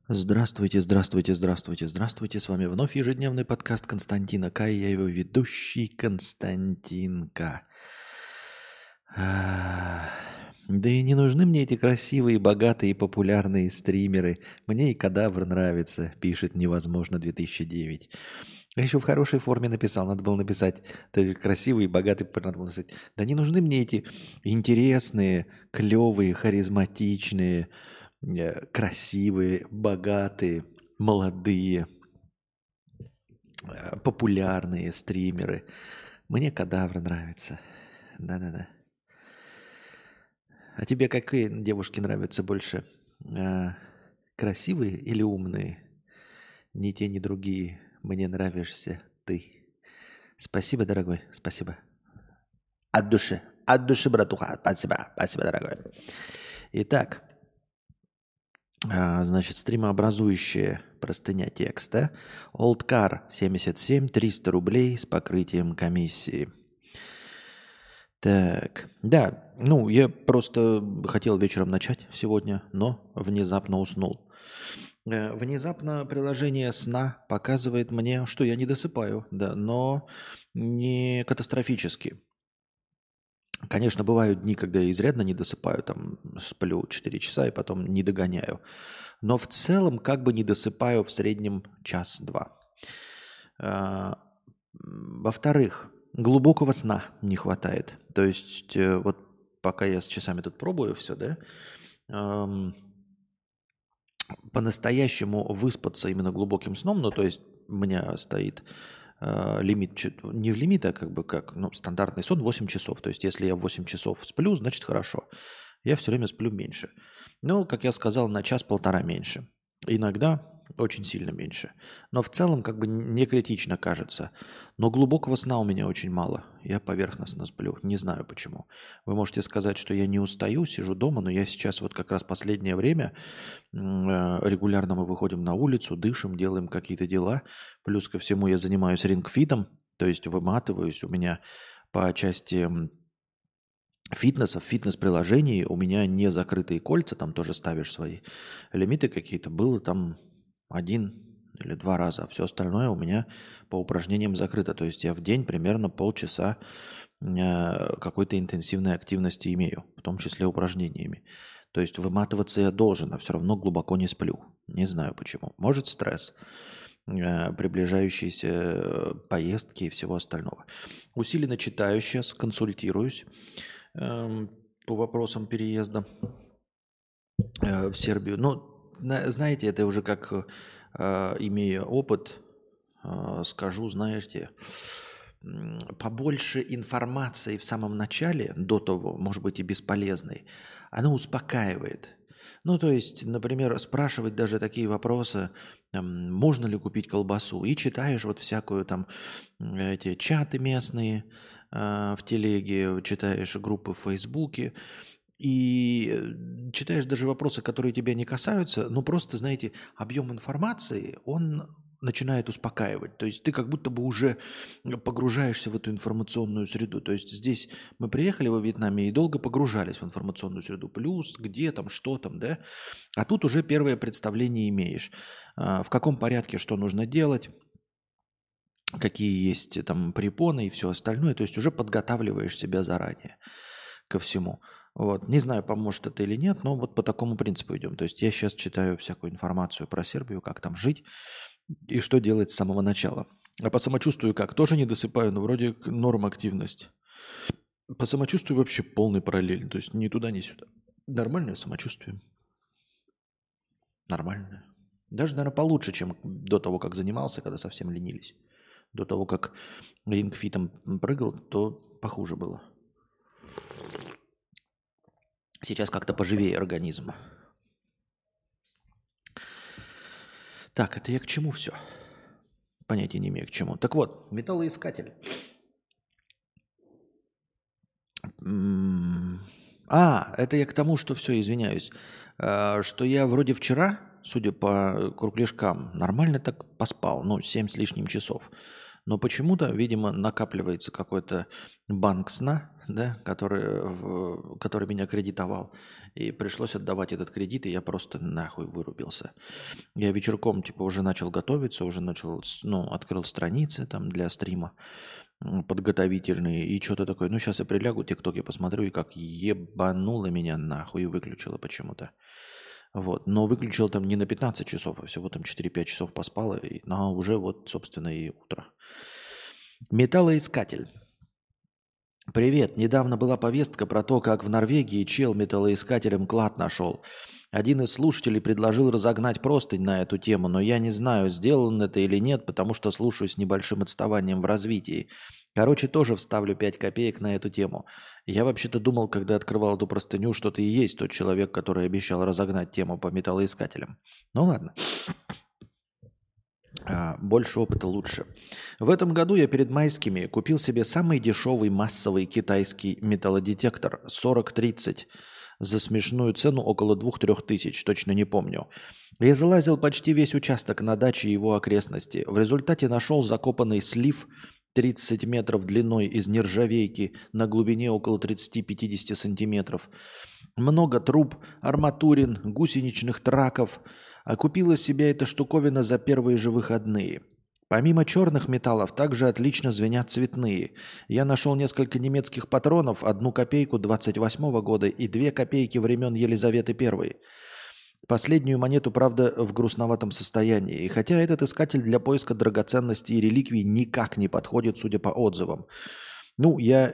Здравствуйте, здравствуйте, здравствуйте, здравствуйте. С вами вновь ежедневный подкаст Константина К. И я его ведущий Константин К. Да и не нужны мне эти красивые, богатые, популярные стримеры. Мне и кадавр нравится, пишет невозможно 2009. Я еще в хорошей форме написал. Надо было написать красивый, богатый, надо было написать. Да не нужны мне эти интересные, клевые, харизматичные, красивые, богатые, молодые, популярные стримеры. Мне кадавр нравится. Да-да-да. А тебе какие девушки нравятся больше? А, Красивые или умные? Ни те, ни другие. Мне нравишься ты. Спасибо, дорогой. Спасибо. От души. От души, братуха. Спасибо. Спасибо, дорогой. Итак, значит, стримообразующая простыня текста. Oldcar 77, 300 рублей с покрытием комиссии. Так, да, ну, я просто хотел вечером начать сегодня, но внезапно уснул. Внезапно приложение сна показывает мне, что я не досыпаю, да, но не катастрофически. Конечно, бывают дни, когда я изрядно не досыпаю, там сплю 4 часа и потом не догоняю. Но в целом как бы не досыпаю в среднем час-два. А, Во-вторых, глубокого сна не хватает. То есть вот пока я с часами тут пробую все, да, ам, по-настоящему выспаться именно глубоким сном, ну то есть у меня стоит лимит, не лимит, а как бы как, ну, стандартный сон 8 часов. То есть если я 8 часов сплю, значит хорошо. Я все время сплю меньше. Ну, как я сказал, на час-полтора меньше. Иногда очень сильно меньше. Но в целом как бы не критично кажется. Но глубокого сна у меня очень мало. Я поверхностно сплю. Не знаю почему. Вы можете сказать, что я не устаю, сижу дома, но я сейчас вот как раз последнее время регулярно мы выходим на улицу, дышим, делаем какие-то дела. Плюс ко всему я занимаюсь рингфитом, то есть выматываюсь. У меня по части фитнеса, в фитнес-приложении у меня не закрытые кольца, там тоже ставишь свои лимиты какие-то. Было там один или два раза, а все остальное у меня по упражнениям закрыто. То есть я в день примерно полчаса какой-то интенсивной активности имею, в том числе упражнениями. То есть выматываться я должен, а все равно глубоко не сплю. Не знаю почему. Может стресс, приближающиеся поездки и всего остального. Усиленно читаю сейчас, консультируюсь по вопросам переезда в Сербию. Ну, знаете, это уже как, имея опыт, скажу, знаете, побольше информации в самом начале, до того, может быть, и бесполезной, она успокаивает. Ну, то есть, например, спрашивать даже такие вопросы, можно ли купить колбасу, и читаешь вот всякую там эти чаты местные в телеге, читаешь группы в Фейсбуке, и читаешь даже вопросы, которые тебя не касаются, но просто, знаете, объем информации, он начинает успокаивать. То есть ты как будто бы уже погружаешься в эту информационную среду. То есть здесь мы приехали во Вьетнаме и долго погружались в информационную среду. Плюс, где там, что там, да? А тут уже первое представление имеешь. В каком порядке что нужно делать, какие есть там препоны и все остальное. То есть уже подготавливаешь себя заранее ко всему. Вот. Не знаю, поможет это или нет, но вот по такому принципу идем. То есть я сейчас читаю всякую информацию про Сербию, как там жить и что делать с самого начала. А по самочувствию как? Тоже не досыпаю, но вроде норм активность. По самочувствию вообще полный параллель. То есть ни туда, ни сюда. Нормальное самочувствие. Нормальное. Даже, наверное, получше, чем до того, как занимался, когда совсем ленились. До того, как рингфитом прыгал, то похуже было. Сейчас как-то поживее организм. Так, это я к чему все? Понятия не имею к чему. Так вот, металлоискатель. Это я к тому, что все, извиняюсь. Что я вроде вчера, судя по кругляшкам, нормально так поспал. Ну, 7 с лишним часов. Но почему-то, видимо, накапливается какой-то банк сна, да, который меня кредитовал. И пришлось отдавать этот кредит, и я просто нахуй вырубился. Я вечерком, типа, уже начал готовиться, уже начал, ну, открыл страницы там для стрима подготовительные, и что-то такое. Ну, сейчас я прилягу, тикток я посмотрю, и как ебануло меня нахуй, и выключило почему-то. Вот. Но выключил там не на 15 часов, а всего там 4-5 часов поспал, и, ну, уже вот, собственно, и утро. Металлоискатель. Привет. Недавно была повестка про то, как в Норвегии чел металлоискателем клад нашел. Один из слушателей предложил разогнать простынь на эту тему, но я не знаю, сделал он это или нет, потому что слушаю с небольшим отставанием в развитии. Короче, тоже вставлю 5 копеек на эту тему. Я вообще-то думал, когда открывал эту простыню, что ты и есть тот человек, который обещал разогнать тему по металлоискателям. Ну ладно. Больше опыта лучше. В этом году я перед майскими купил себе самый дешевый массовый китайский металлодетектор 4030 за смешную цену около 2-3 тысяч, точно не помню. Я залазил почти весь участок на даче и его окрестности. В результате нашел закопанный слив 30 метров длиной из нержавейки на глубине около 30-50 сантиметров. Много труб, арматурин, гусеничных траков. А купила себе эта штуковина за первые же выходные. Помимо черных металлов, также отлично звенят цветные. Я нашел несколько немецких патронов, 1 копейку 28 года и 2 копейки времен Елизаветы I. Последнюю монету, правда, в грустноватом состоянии. И хотя этот искатель для поиска драгоценностей и реликвий никак не подходит, судя по отзывам. Ну, я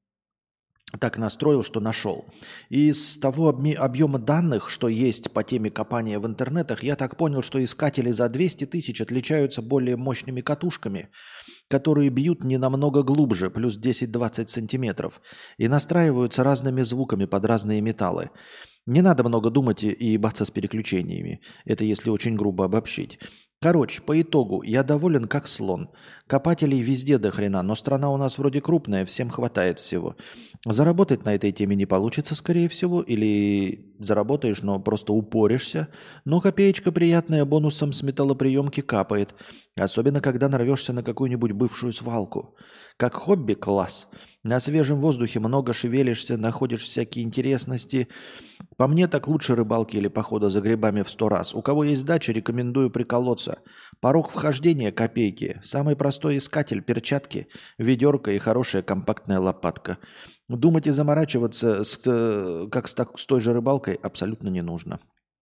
так настроил, что нашел. Из того объема данных, что есть по теме копания в интернетах, я так понял, что искатели за 200 тысяч отличаются более мощными катушками, которые бьют не намного глубже, плюс 10-20 сантиметров, и настраиваются разными звуками под разные металлы. Не надо много думать и ебаться с переключениями. Это если очень грубо обобщить. Короче, по итогу, я доволен как слон. Копателей везде до хрена, но страна у нас вроде крупная, всем хватает всего. Заработать на этой теме не получится, скорее всего, или заработаешь, но просто упоришься. Но копеечка приятная бонусом с металлоприемки капает. Особенно, когда нарвешься на какую-нибудь бывшую свалку. Как хобби – класс. На свежем воздухе много шевелишься, находишь всякие интересности. По мне, так лучше рыбалки или похода за грибами в 100 раз. У кого есть дача, рекомендую приколоться. Порог вхождения – копейки. Самый простой искатель – перчатки, ведерко и хорошая компактная лопатка. Думать и заморачиваться, как с той же рыбалкой, абсолютно не нужно.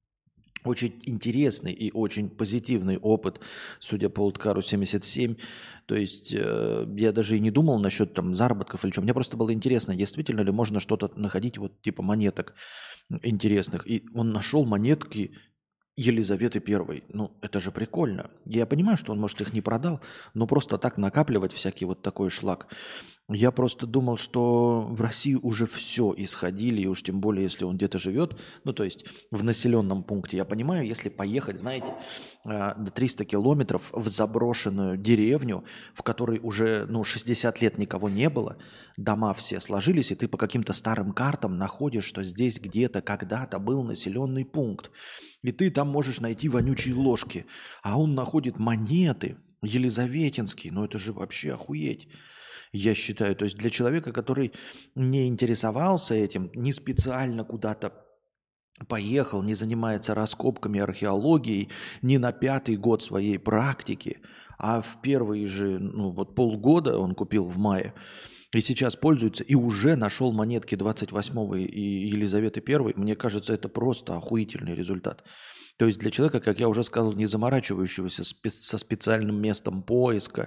Очень интересный и очень позитивный опыт, судя по Улткару 77. То есть я даже и не думал насчет там заработков или что. Мне просто было интересно, действительно ли можно что-то находить, вот типа монеток интересных. И он нашел монетки Елизаветы I. Ну, это же прикольно. Я понимаю, что он, может, их не продал, но просто так накапливать всякий вот такой шлак. Я просто думал, что в России уже все исходили, и уж тем более, если он где-то живет, ну, то есть в населенном пункте. Я понимаю, если поехать, знаете, до 300 километров в заброшенную деревню, в которой уже, 60 лет никого не было, дома все сложились, и ты по каким-то старым картам находишь, что здесь где-то когда-то был населенный пункт. И ты там можешь найти вонючие ложки. А он находит монеты елизаветинские. Ну это же вообще охуеть. Я считаю, то есть для человека, который не интересовался этим, не специально куда-то поехал, не занимается раскопками, археологией, не на 5-й год своей практики, а в первые же, полгода он купил в мае, и сейчас пользуется, и уже нашел монетки 28-го и Елизаветы I, мне кажется, это просто охуительный результат. То есть для человека, как я уже сказал, не заморачивающегося со специальным местом поиска,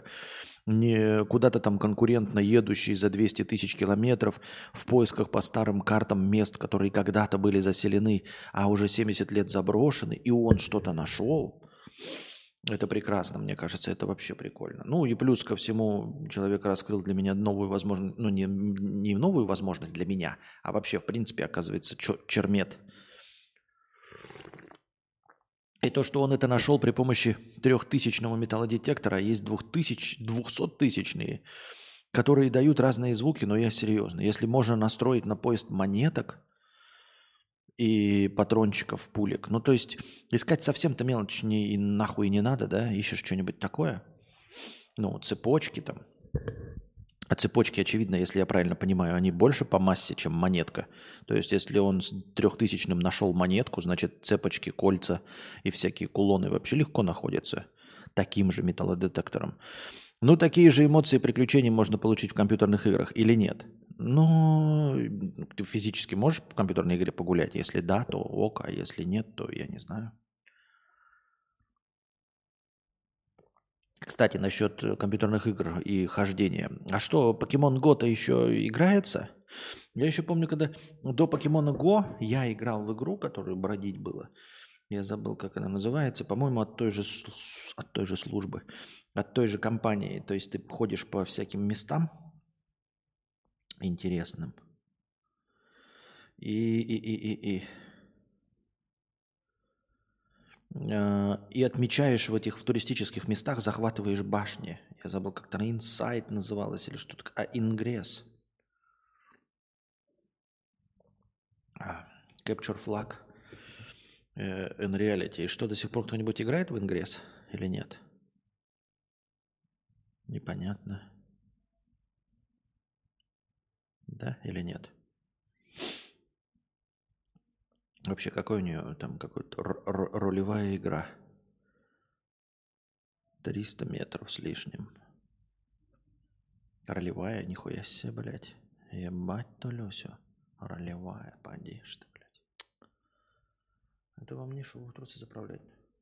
не куда-то там конкурентно едущий за 200 тысяч километров в поисках по старым картам мест, которые когда-то были заселены, а уже 70 лет заброшены, и он что-то нашел. Это прекрасно, мне кажется, это вообще прикольно. Ну и плюс ко всему человек раскрыл для меня новую возможность, не новую возможность для меня, а вообще, в принципе, оказывается, чермет. И то, что он это нашел при помощи 3000-го металлодетектора, а есть 200-тысячные, которые дают разные звуки, но я серьезно. Если можно настроить на поезд монеток и патрончиков, пулек, то есть искать совсем-то мелочь и нахуй не надо, да? Ищешь что-нибудь такое, цепочки там, А цепочки, очевидно, если я правильно понимаю, они больше по массе, чем монетка. То есть, если он с 3000 нашел монетку, значит, цепочки, кольца и всякие кулоны вообще легко находятся таким же металлодетектором. Ну, такие же эмоции и приключения можно получить в компьютерных играх или нет? Ну, ты физически можешь в компьютерной игре погулять? Если да, то ок, а если нет, то я не знаю. Кстати, насчет компьютерных игр и хождения. А что, Pokemon Go-то еще играется? Я еще помню, когда до Pokemon Go я играл в игру, которую бродить было. Я забыл, как она называется. По-моему, от той же службы, от той же компании. То есть ты ходишь по всяким местам интересным. И отмечаешь в этих в туристических местах, захватываешь башни. Я забыл, как то Инсайт называлось или что-то. Ингресс. Capture Flag in Reality. И что, до сих пор кто-нибудь играет в Ингресс или нет? Непонятно. Да или нет? Вообще, какой у нее там какой-то ролевая игра? 300 метров с лишним. Ролевая, нихуя себе, блядь. Ебать то Лёсю. Ролевая, поди, что, блядь. Это вам не шоу трудно заправлять.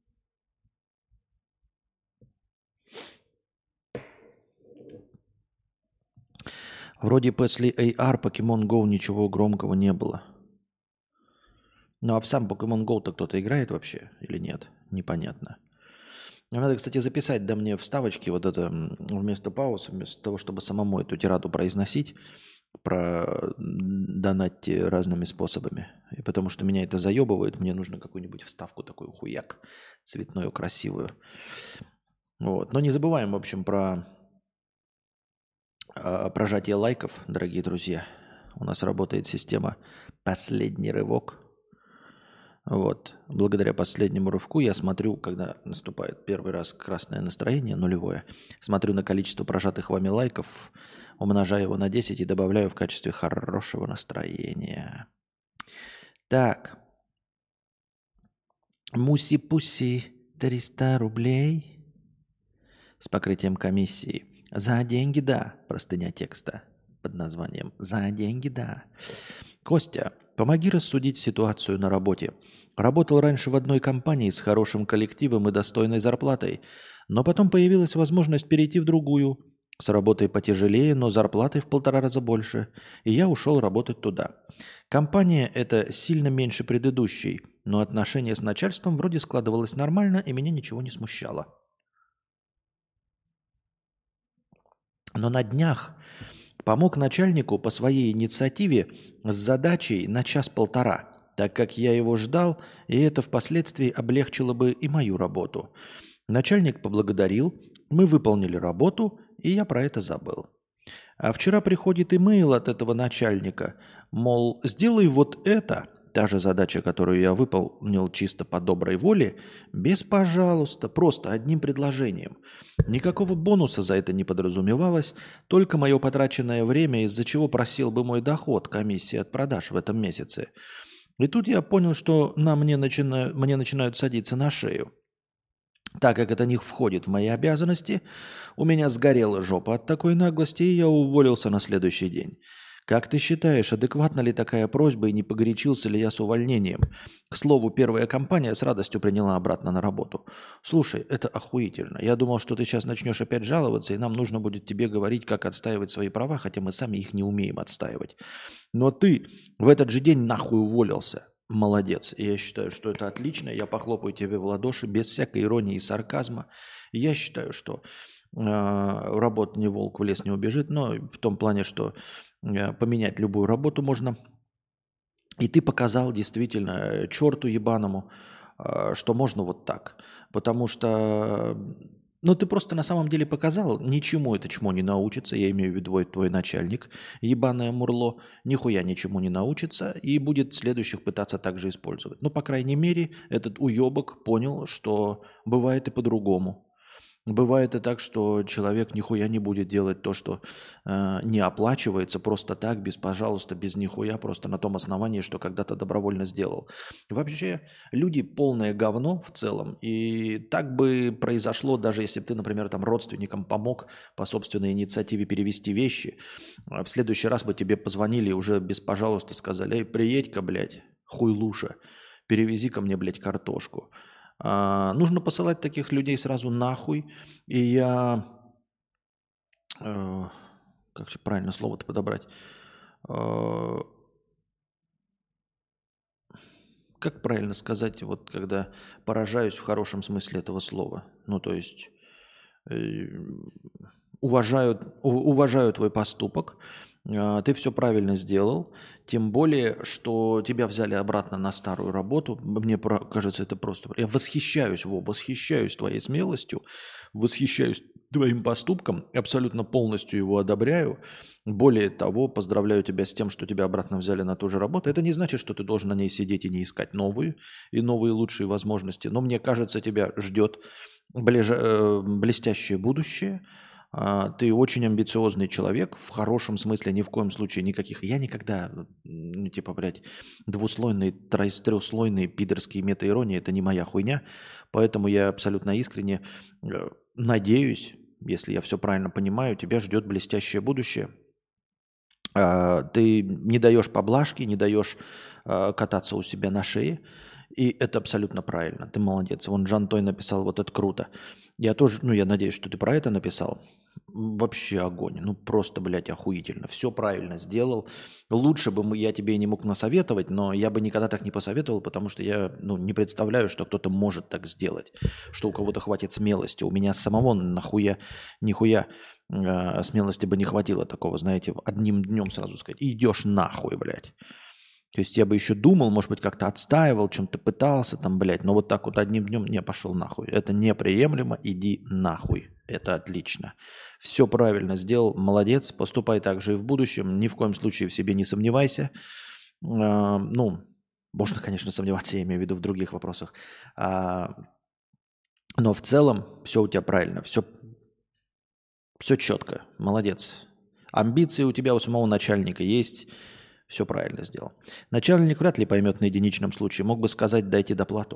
Вроде после AR Pokemon Go ничего громкого не было. Ну а в сам Pokemon Go-то кто-то играет вообще или нет? Непонятно. Надо, кстати, записать да мне вставочки вот это вместо пауз, вместо того, чтобы самому эту тираду произносить, про донатьте разными способами. И потому что меня это заебывает, мне нужно какую-нибудь вставку такую хуяк, цветную, красивую. Вот. Но не забываем, в общем, про прожатие лайков, дорогие друзья. У нас работает система «Последний рывок». Вот. Благодаря последнему рывку я смотрю, когда наступает первый раз красное настроение, нулевое, смотрю на количество прожатых вами лайков, умножаю его на 10 и добавляю в качестве хорошего настроения. Так. Муси-пуси, 300 рублей с покрытием комиссии. За деньги, да. Простыня текста под названием «За деньги, да». Костя, помоги рассудить ситуацию на работе. Работал раньше в одной компании с хорошим коллективом и достойной зарплатой, но потом появилась возможность перейти в другую, с работой потяжелее, но зарплатой в 1,5 раза больше, и я ушел работать туда. Компания эта сильно меньше предыдущей, но отношение с начальством вроде складывалось нормально, и меня ничего не смущало. Но на днях помог начальнику по своей инициативе с задачей на 1-1,5 часа, так как я его ждал, и это впоследствии облегчило бы и мою работу. Начальник поблагодарил, мы выполнили работу, и я про это забыл. А вчера приходит имейл от этого начальника, мол, сделай вот это, та же задача, которую я выполнил чисто по доброй воле, без «пожалуйста», просто одним предложением. Никакого бонуса за это не подразумевалось, только мое потраченное время, из-за чего просел бы мой доход комиссии от продаж в этом месяце. И тут я понял, что мне начинают садиться на шею. Так как это не входит в мои обязанности, у меня сгорела жопа от такой наглости, и я уволился на следующий день. Как ты считаешь, адекватна ли такая просьба и не погорячился ли я с увольнением? К слову, первая компания с радостью приняла обратно на работу. Слушай, это охуительно. Я думал, что ты сейчас начнешь опять жаловаться, и нам нужно будет тебе говорить, как отстаивать свои права, хотя мы сами их не умеем отстаивать. Но ты в этот же день нахуй уволился. Молодец. И я считаю, что это отлично. Я похлопаю тебе в ладоши без всякой иронии и сарказма. И я считаю, что работа не волк, в лес не убежит, но в том плане, что поменять любую работу можно. И ты показал действительно черту ебаному, что можно вот так. Потому что, ну, ты просто на самом деле показал, ничему это чмо не научится, я имею в виду твой начальник, ебаное мурло, нихуя ничему не научится и будет следующих пытаться также использовать. Ну, по крайней мере, этот уебок понял, что бывает и по-другому. Бывает и так, что человек нихуя не будет делать то, что не оплачивается просто так, без пожалуйста, без нихуя, просто на том основании, что когда-то добровольно сделал. Вообще, люди полное говно в целом, и так бы произошло, даже если бы ты, например, там родственникам помог по собственной инициативе перевести вещи, в следующий раз бы тебе позвонили и уже без пожалуйста сказали: «Эй, приедь-ка, блядь, хуйлуша, перевези ко мне, блядь, картошку». Нужно посылать таких людей сразу нахуй. И я, э, как же правильно слово-то подобрать? Э, Как правильно сказать, вот когда поражаюсь в хорошем смысле этого слова? Ну, то есть э, уважаю твой поступок, ты все правильно сделал, тем более, что тебя взяли обратно на старую работу. Мне кажется, это просто... Я восхищаюсь твоей смелостью, восхищаюсь твоим поступком, абсолютно полностью его одобряю. Более того, поздравляю тебя с тем, что тебя обратно взяли на ту же работу. Это не значит, что ты должен на ней сидеть и не искать новые и новые лучшие возможности. Но мне кажется, тебя ждет блестящее будущее. Ты очень амбициозный человек, в хорошем смысле, ни в коем случае никаких. Я никогда, ну, типа, блядь, двуслойные, трехслойные пидорские мета-иронии, это не моя хуйня. Поэтому я абсолютно искренне надеюсь, если я все правильно понимаю, тебя ждет блестящее будущее. Ты не даешь поблажки, не даешь кататься у себя на шее. И это абсолютно правильно. Ты молодец. Вон Жан Той написал, вот это круто. Я тоже, ну, я надеюсь, что ты про это написал. Вообще огонь. Ну, просто, блядь, охуительно. Все правильно сделал. Лучше бы я тебе и не мог насоветовать, но я бы никогда так не посоветовал, потому что я, ну, не представляю, что кто-то может так сделать. Что у кого-то хватит смелости. У меня самого нихуя смелости бы не хватило такого, знаете, одним днем сразу сказать: идешь нахуй, блядь. То есть я бы еще думал, может быть, как-то отстаивал, чем-то пытался там, блядь, но вот так вот одним днем не пошел нахуй. Это неприемлемо, иди нахуй. Это отлично. Все правильно сделал, молодец. Поступай так же и в будущем. Ни в коем случае в себе не сомневайся. Ну, можно, конечно, сомневаться, я имею в виду в других вопросах. Но в целом все у тебя правильно, все четко, молодец. Амбиции у тебя у самого начальника есть. Все правильно сделал. Начальник вряд ли поймет на единичном случае. Мог бы сказать: дайте доплату.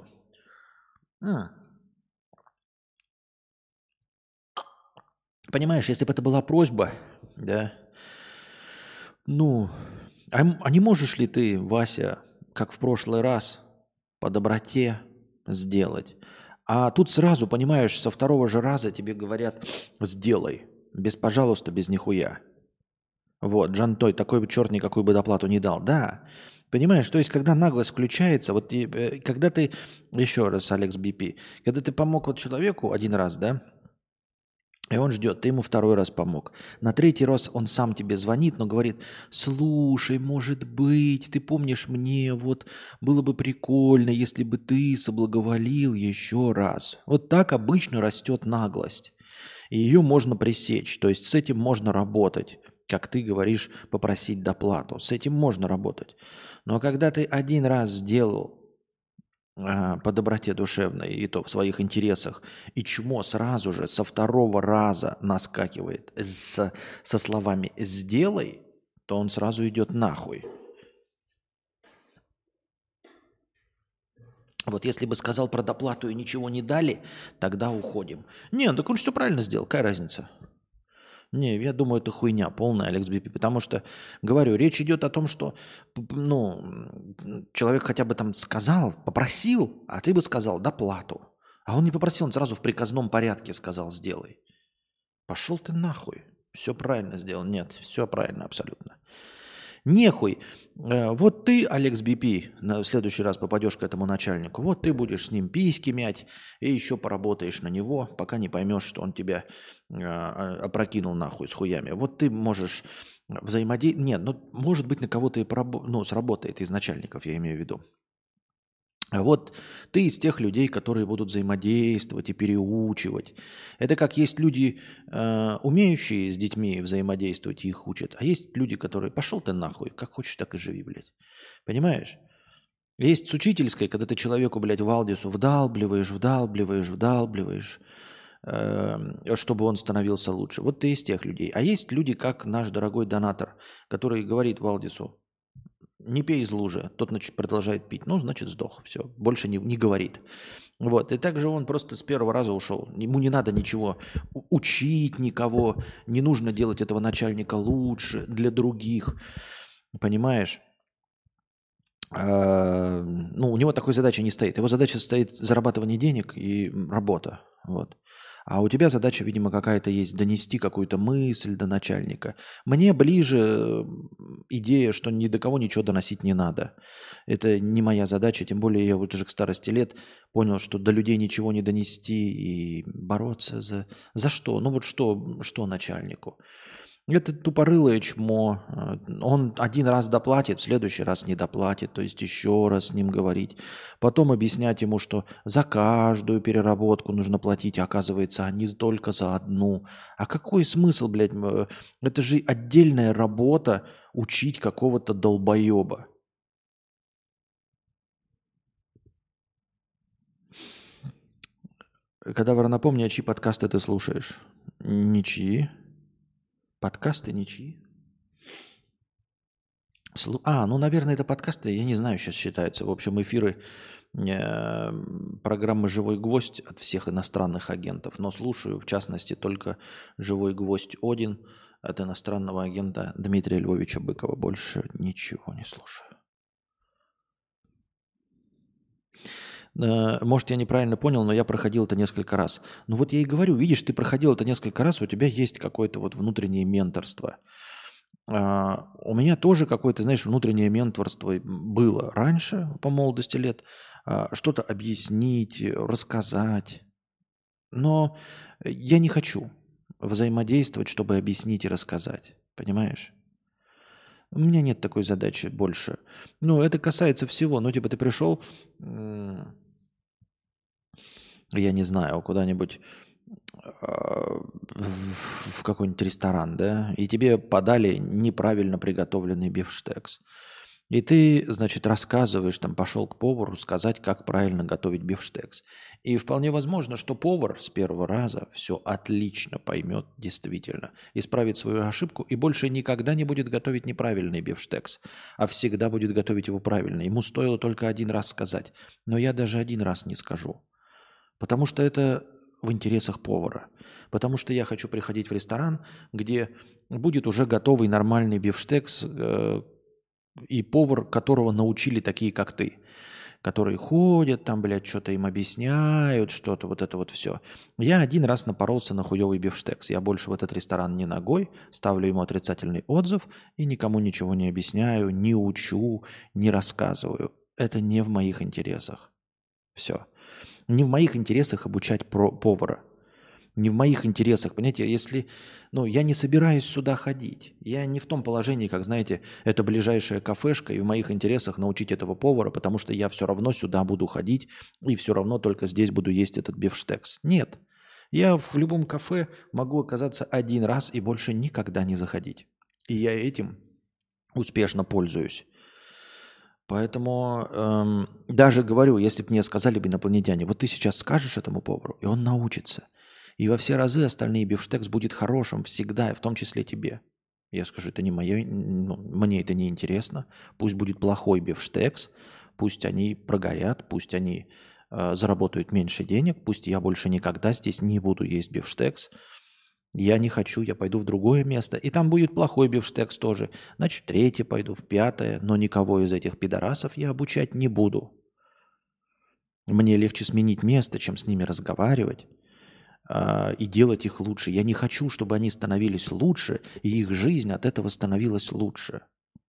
Понимаешь, если бы это была просьба, да, ну, а не можешь ли ты, Вася, как в прошлый раз, по доброте сделать? А тут сразу, понимаешь, со второго же раза тебе говорят: сделай. Без пожалуйста, без нихуя. Вот, Джантой, такой бы черт никакую бы доплату не дал. Да, понимаешь, то есть, когда наглость включается, вот когда ты, еще раз, Алекс БП, когда ты помог вот человеку один раз, да, и он ждет, ты ему второй раз помог. На третий раз он сам тебе звонит, но говорит: слушай, может быть, ты помнишь мне, вот было бы прикольно, если бы ты соблаговолил еще раз. Вот так обычно растет наглость. И ее можно пресечь, то есть с этим можно работать. Как ты говоришь, попросить доплату. С этим можно работать. Но когда ты один раз сделал по доброте душевной, и то в своих интересах, и чмо сразу же со второго раза наскакивает со словами «сделай», то он сразу идет нахуй. Вот если бы сказал про доплату и ничего не дали, тогда уходим. Не, ну так он все правильно сделал, какая разница? Не, я думаю, это хуйня полная, Алекс Бипи, потому что, говорю, речь идет о том, что, ну, человек хотя бы там сказал, попросил, а ты бы сказал доплату. А он не попросил, он сразу в приказном порядке сказал: сделай. Пошел ты нахуй. Все правильно сделал. Нет, все правильно абсолютно. Нехуй. Вот ты, Алекс БП, в следующий раз попадешь к этому начальнику, вот ты будешь с ним письки мять и еще поработаешь на него, пока не поймешь, что он тебя опрокинул нахуй с хуями. Вот ты можешь взаимодействовать. Нет, ну, может быть, на кого-то и ну, сработает из начальников, я имею в виду. Вот ты из тех людей, которые будут взаимодействовать и переучивать. Это как есть люди, умеющие с детьми взаимодействовать и их учат, а есть люди, которые: пошел ты нахуй, как хочешь, так и живи, блядь. Понимаешь? Есть с учительской, когда ты человеку, блядь, Валдису вдалбливаешь, вдалбливаешь, вдалбливаешь. чтобы он становился лучше. Вот ты из тех людей. А есть люди, как наш дорогой донатор, который говорит Валдису: не пей из лужи. Тот, значит, продолжает пить. Ну, значит, сдох. Все. Больше не говорит. Вот. И также он просто с первого раза ушел. Ему не надо ничего учить никого. Не нужно делать этого начальника лучше для других. Понимаешь? Ну, у него такой задачи не стоит. Его задача стоит зарабатывание денег и работа. Вот. А у тебя задача, видимо, какая-то есть, донести какую-то мысль до начальника. Мне ближе идея, что ни до кого ничего доносить не надо. Это не моя задача, тем более я вот уже к старости лет понял, что до людей ничего не донести и бороться за что? Ну вот что начальнику? Это тупорылое чмо. Он один раз доплатит, в следующий раз не доплатит. То есть еще раз с ним говорить. Потом объяснять ему, что за каждую переработку нужно платить, а оказывается, а не только за одну. А какой смысл, блядь? Это же отдельная работа учить какого-то долбоеба. Кадавр, напомни, а чьи подкасты ты слушаешь? Ничьи. Подкасты ничьи. Ну, наверное, это подкасты, я не знаю, сейчас считаются. В общем, эфиры программы «Живой гвоздь» от всех иностранных агентов. Но слушаю, в частности, только «Живой гвоздь Один» от иностранного агента Дмитрия Львовича Быкова. Больше ничего не слушаю. Может, я неправильно понял, но я проходил это несколько раз. Ну вот я и говорю, видишь, ты проходил это несколько раз, у тебя есть какое-то вот внутреннее менторство. У меня тоже какое-то, знаешь, внутреннее менторство было раньше, по молодости лет. Что-то объяснить, рассказать. Но я не хочу взаимодействовать, чтобы объяснить и рассказать. Понимаешь? У меня нет такой задачи больше. Ну, это касается всего. Ну, типа ты пришел, я не знаю, куда-нибудь в какой-нибудь ресторан, да, и тебе подали неправильно приготовленный бифштекс. И ты, значит, рассказываешь, там, пошел к повару сказать, как правильно готовить бифштекс. И вполне возможно, что повар с первого раза все отлично поймет действительно, исправит свою ошибку и больше никогда не будет готовить неправильный бифштекс, а всегда будет готовить его правильно. Ему стоило только один раз сказать. Но я даже один раз не скажу. Потому что это в интересах повара. Потому что я хочу приходить в ресторан, где будет уже готовый нормальный бифштекс, и повар, которого научили такие, как ты, которые ходят там, блядь, что-то им объясняют, что-то вот это вот все. Я один раз напоролся на хуевый бифштекс. Я больше в этот ресторан не ногой, ставлю ему отрицательный отзыв и никому ничего не объясняю, не учу, не рассказываю. Это не в моих интересах. Все. Не в моих интересах обучать повара. Не в моих интересах, понимаете, если, ну, я не собираюсь сюда ходить. Я не в том положении, как, знаете, это ближайшая кафешка, и в моих интересах научить этого повара, потому что я все равно сюда буду ходить, и все равно только здесь буду есть этот бифштекс. Нет. Я в любом кафе могу оказаться один раз и больше никогда не заходить. И я этим успешно пользуюсь. Поэтому даже говорю, если бы мне сказали бы инопланетяне, вот ты сейчас скажешь этому повару, и он научится. И во все разы остальные бифштекс будет хорошим всегда, в том числе тебе. Я скажу, это не мое, ну, мне это не интересно. Пусть будет плохой бифштекс, пусть они прогорят, пусть они заработают меньше денег, пусть я больше никогда здесь не буду есть бифштекс. Я не хочу, я пойду в другое место, и там будет плохой бифштекс тоже. Значит, в третье пойду, в пятое, но никого из этих пидорасов я обучать не буду. Мне легче сменить место, чем с ними разговаривать и делать их лучше. Я не хочу, чтобы они становились лучше, и их жизнь от этого становилась лучше.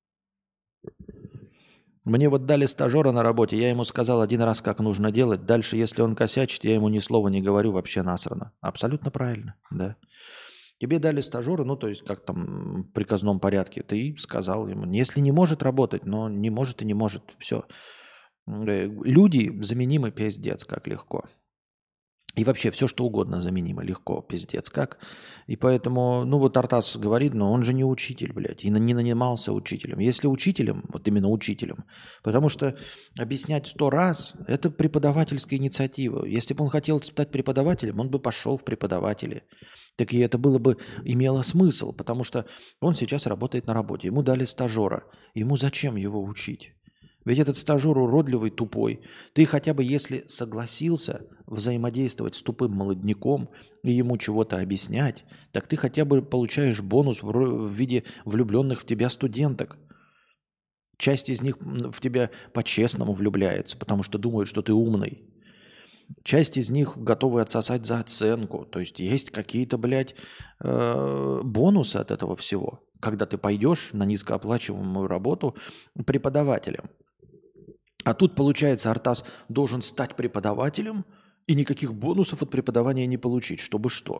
Мне вот дали стажера на работе, я ему сказал один раз, как нужно делать. Дальше, если он косячит, я ему ни слова не говорю, вообще насрано. Абсолютно правильно, да. Тебе дали стажера, ну, то есть, как там в приказном порядке, ты сказал ему, если не может работать, но не может и не может, все. Люди заменимы пиздец, как легко. И вообще все, что угодно заменимо легко, пиздец как. И поэтому, ну вот Артас говорит, но он же не учитель, блядь, и не нанимался учителем. Если учителем, вот именно учителем, потому что объяснять 100 раз– это преподавательская инициатива. Если бы он хотел стать преподавателем, он бы пошел в преподаватели. Так и это было бы, имело смысл, потому что он сейчас работает на работе, ему дали стажера, ему зачем его учить? Ведь этот стажер уродливый, тупой. Ты хотя бы, если согласился взаимодействовать с тупым молодняком и ему чего-то объяснять, так ты хотя бы получаешь бонус в виде влюбленных в тебя студенток. Часть из них в тебя по-честному влюбляется, потому что думают, что ты умный. Часть из них готовы отсосать за оценку. То есть какие-то, блядь, бонусы от этого всего, когда ты пойдешь на низкооплачиваемую работу преподавателем. А тут, получается, Артас должен стать преподавателем и никаких бонусов от преподавания не получить, чтобы что.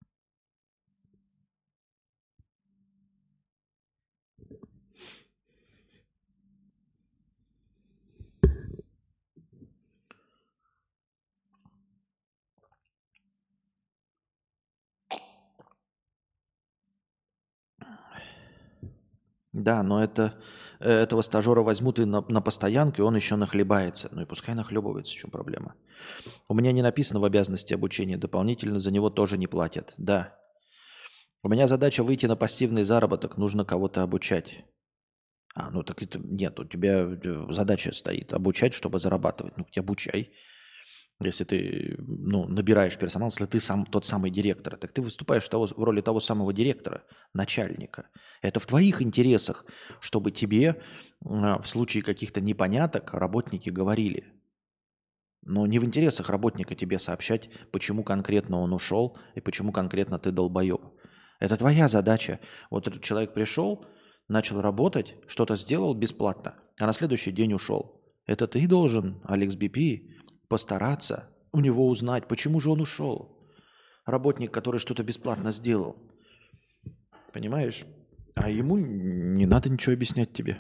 Да, но этого стажера возьмут и на постоянку, и он еще нахлебается. Ну и пускай нахлебывается, в чем проблема. У меня не написано в обязанности обучения, дополнительно за него тоже не платят. Да. У меня задача выйти на пассивный заработок, нужно кого-то обучать. Ну так это нет, у тебя задача стоит обучать, чтобы зарабатывать. Ну, обучай. Если ты набираешь персонал, если ты сам тот самый директор, так ты выступаешь в роли того самого директора, начальника. Это в твоих интересах, чтобы тебе в случае каких-то непоняток работники говорили. Но не в интересах работника тебе сообщать, почему конкретно он ушел и почему конкретно ты долбоеб. Это твоя задача. Вот этот человек пришел, начал работать, что-то сделал бесплатно, а на следующий день ушел. Это ты должен, Алекс БП, постараться у него узнать, почему же он ушел. Работник, который что-то бесплатно сделал. Понимаешь? А ему не надо ничего объяснять тебе.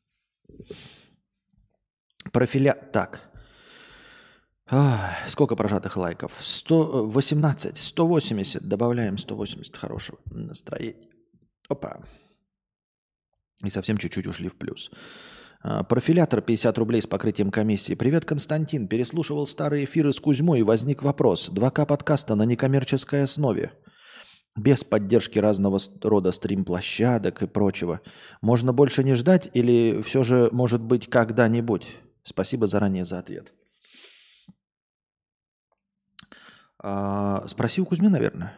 Профиля... Так. Сколько прожатых лайков? 118, 180. Добавляем 180 хорошего настроения. Опа. И совсем чуть-чуть ушли в плюс. Профилятор 50 рублей с покрытием комиссии. Привет, Константин. Переслушивал старые эфиры с Кузьмой и возник вопрос. 2К подкаста на некоммерческой основе. Без поддержки разного рода стрим-площадок и прочего. Можно больше не ждать или все же может быть когда-нибудь? Спасибо заранее за ответ. Спроси у Кузьмы, наверное.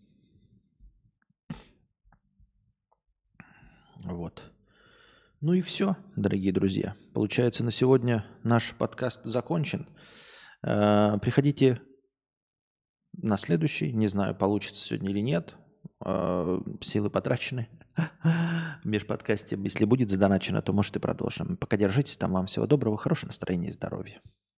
Вот. Ну и все, дорогие друзья. Получается, на сегодня наш подкаст закончен. Приходите на следующий. Не знаю, получится сегодня или нет. Силы потрачены в межподкасте. Если будет задоначено, то, может, и продолжим. Пока держитесь там. Вам всего доброго, хорошего настроения и здоровья.